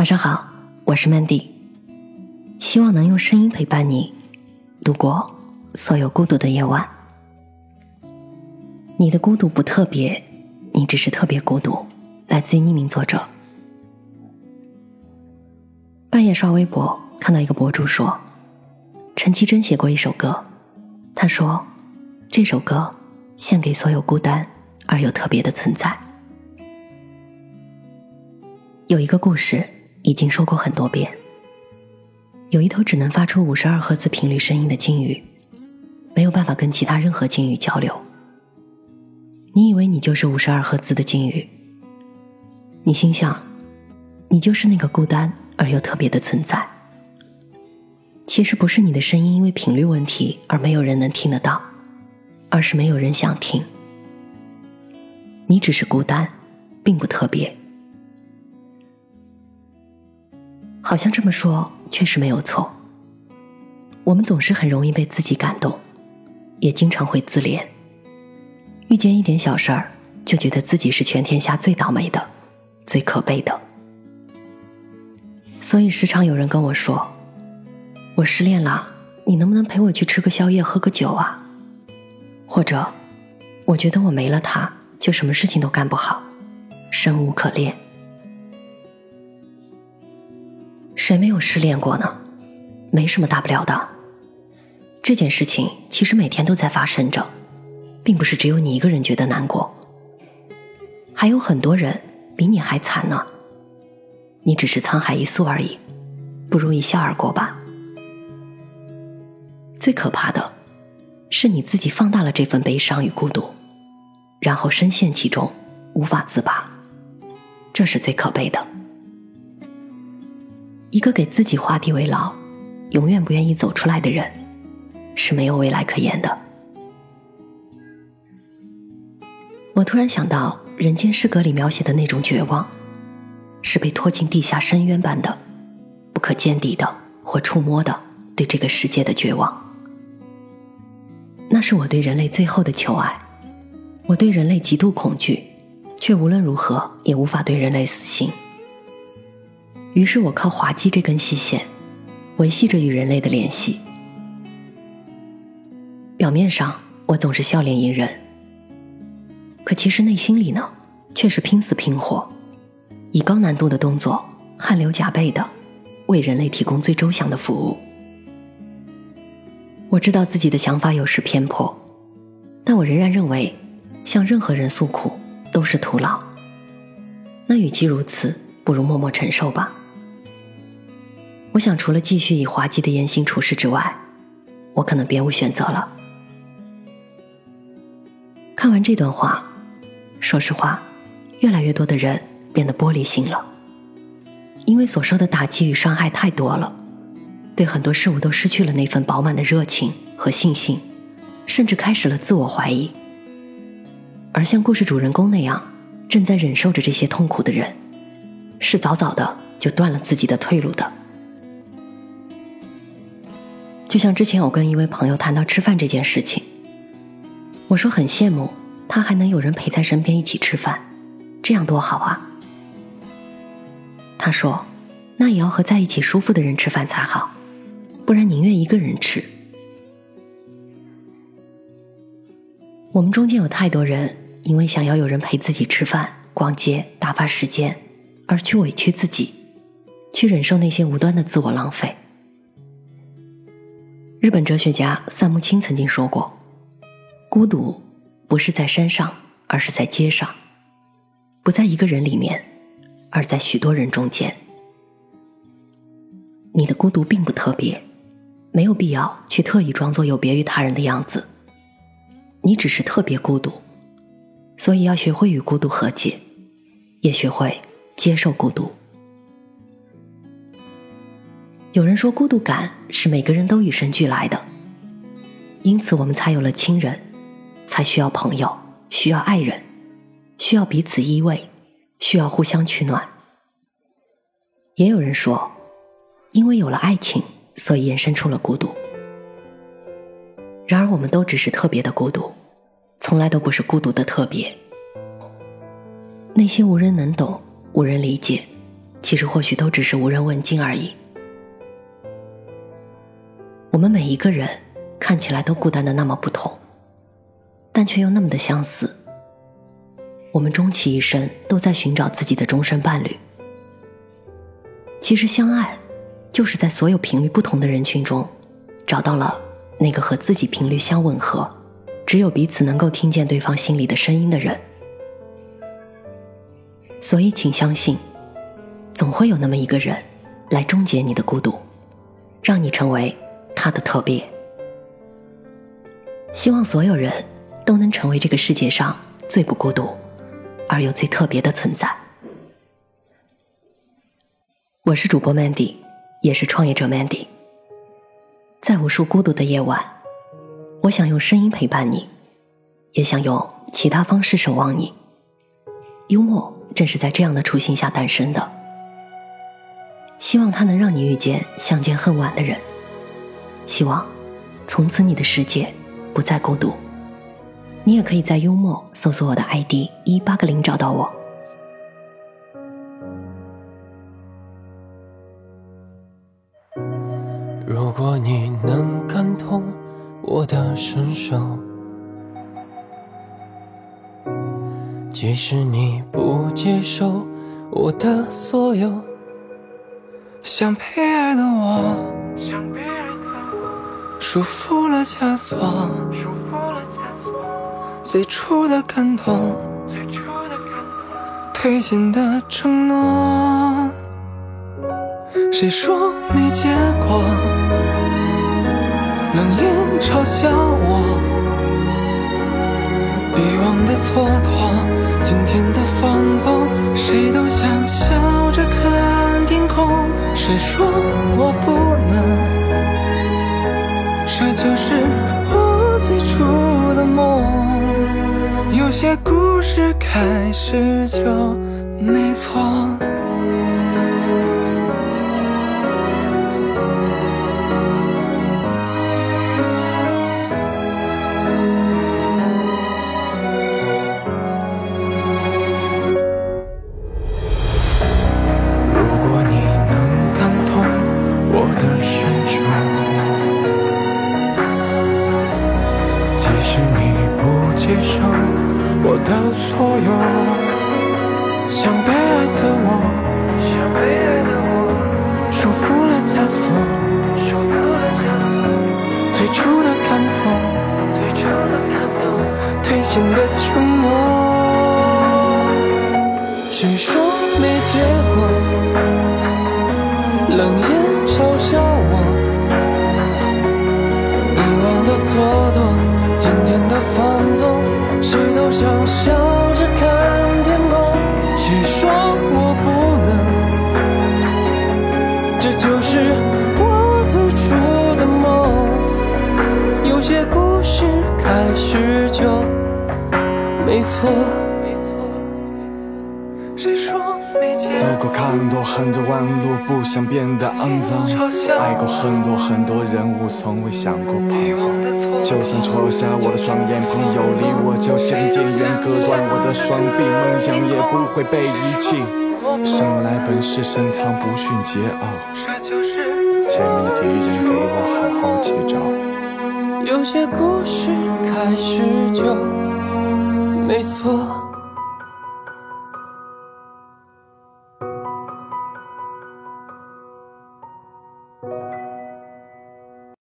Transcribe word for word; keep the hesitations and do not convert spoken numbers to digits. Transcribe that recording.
晚上好，我是 Mandy， 希望能用声音陪伴你度过所有孤独的夜晚。你的孤独不特别，你只是特别孤独。来自于匿名作者。半夜刷微博，看到一个博主说，陈绮贞写过一首歌，他说这首歌献给所有孤单而又特别的存在。有一个故事已经说过很多遍，有一头只能发出五十二赫兹频率声音的鲸鱼，没有办法跟其他任何鲸鱼交流。你以为你就是五十二赫兹的鲸鱼，你心想你就是那个孤单而又特别的存在。其实不是你的声音因为频率问题而没有人能听得到，而是没有人想听。你只是孤单，并不特别。好像这么说确实没有错。我们总是很容易被自己感动，也经常会自怜，遇见一点小事儿就觉得自己是全天下最倒霉的，最可悲的。所以时常有人跟我说，我失恋了，你能不能陪我去吃个宵夜喝个酒啊？或者我觉得我没了他就什么事情都干不好，生无可恋。谁没有失恋过呢？没什么大不了的。这件事情其实每天都在发生着，并不是只有你一个人觉得难过，还有很多人比你还惨呢。你只是沧海一粟而已，不如一笑而过吧。最可怕的是你自己放大了这份悲伤与孤独，然后深陷其中无法自拔，这是最可悲的。一个给自己画地为牢，永远不愿意走出来的人，是没有未来可言的。我突然想到《人间失格》里描写的那种绝望，是被拖进地下深渊般的，不可见底的或触摸的对这个世界的绝望。那是我对人类最后的求爱。我对人类极度恐惧，却无论如何也无法对人类死心。于是我靠滑稽这根细线，维系着与人类的联系。表面上我总是笑脸迎人，可其实内心里呢，却是拼死拼活，以高难度的动作，汗流浃背的为人类提供最周详的服务。我知道自己的想法有时偏颇，但我仍然认为向任何人诉苦都是徒劳。那与其如此，不如默默承受吧。我想除了继续以滑稽的言行处事之外，我可能别无选择了。看完这段话，说实话，越来越多的人变得玻璃心了，因为所受的打击与伤害太多了，对很多事物都失去了那份饱满的热情和信心，甚至开始了自我怀疑。而像故事主人公那样正在忍受着这些痛苦的人，是早早的就断了自己的退路的。就像之前我跟一位朋友谈到吃饭这件事情，我说很羡慕他还能有人陪在身边一起吃饭，这样多好啊。他说那也要和在一起舒服的人吃饭才好，不然宁愿一个人吃。我们中间有太多人因为想要有人陪自己吃饭、逛街、打发时间，而去委屈自己，去忍受那些无端的自我浪费。日本哲学家三木清曾经说过，孤独不是在山上，而是在街上；不在一个人里面，而在许多人中间。你的孤独并不特别，没有必要去特意装作有别于他人的样子。你只是特别孤独，所以要学会与孤独和解，也学会接受孤独。有人说孤独感是每个人都与生俱来的，因此我们才有了亲人，才需要朋友，需要爱人，需要彼此依偎，需要互相取暖。也有人说，因为有了爱情，所以衍生出了孤独。然而我们都只是特别的孤独，从来都不是孤独的特别。那些无人能懂、无人理解， 其实或许都只是无人问津而已。我们每一个人看起来都孤单的那么不同，但却又那么的相似。我们终其一生都在寻找自己的终身伴侣。其实相爱就是在所有频率不同的人群中找到了那个和自己频率相吻合，只有彼此能够听见对方心里的声音的人。所以请相信，总会有那么一个人来终结你的孤独，让你成为他的特别。希望所有人都能成为这个世界上最不孤独而又最特别的存在。我是主播 Mandy， 也是创业者 Mandy。 在无数孤独的夜晚，我想用声音陪伴你，也想用其他方式守望你。幽默正是在这样的初心下诞生的，希望它能让你遇见相见恨晚的人，希望从此你的世界不再孤独。你也可以在幽默搜索我的 I D 一八个零找到我。 如果你能感同我的身受，即使你不接受我的所有，想被爱的我，想被爱的我，束缚了枷锁，束缚了枷锁，最初的感动，最初的感动，推进的承诺，谁说没结果？冷眼嘲笑我，遗忘的蹉跎，今天的放纵，谁都想笑着看天空。谁说我不能？这就是我最初的梦。有些故事开始就没错。我的所有，想被爱的我，想被爱的我，束缚了枷锁，束缚了枷锁，最初的感动，最初的感动，兑现的承诺，谁说没结果？冷眼嘲笑我，遗忘的蹉跎，今天的放纵，谁都想笑着看天空。谁说我不能？这就是我最初的梦。有些故事开始就没错。谁说没结果？ 走过看多很多弯路，不想变得肮脏。爱过很多很多人物，从未想过彷徨。就算戳瞎我的双眼，朋友离我就渐渐远，割断我的双臂，梦想也不会被遗弃。生来本是深藏不逊桀骜，前面的敌人给我好好接招。 有些故事开始就没错。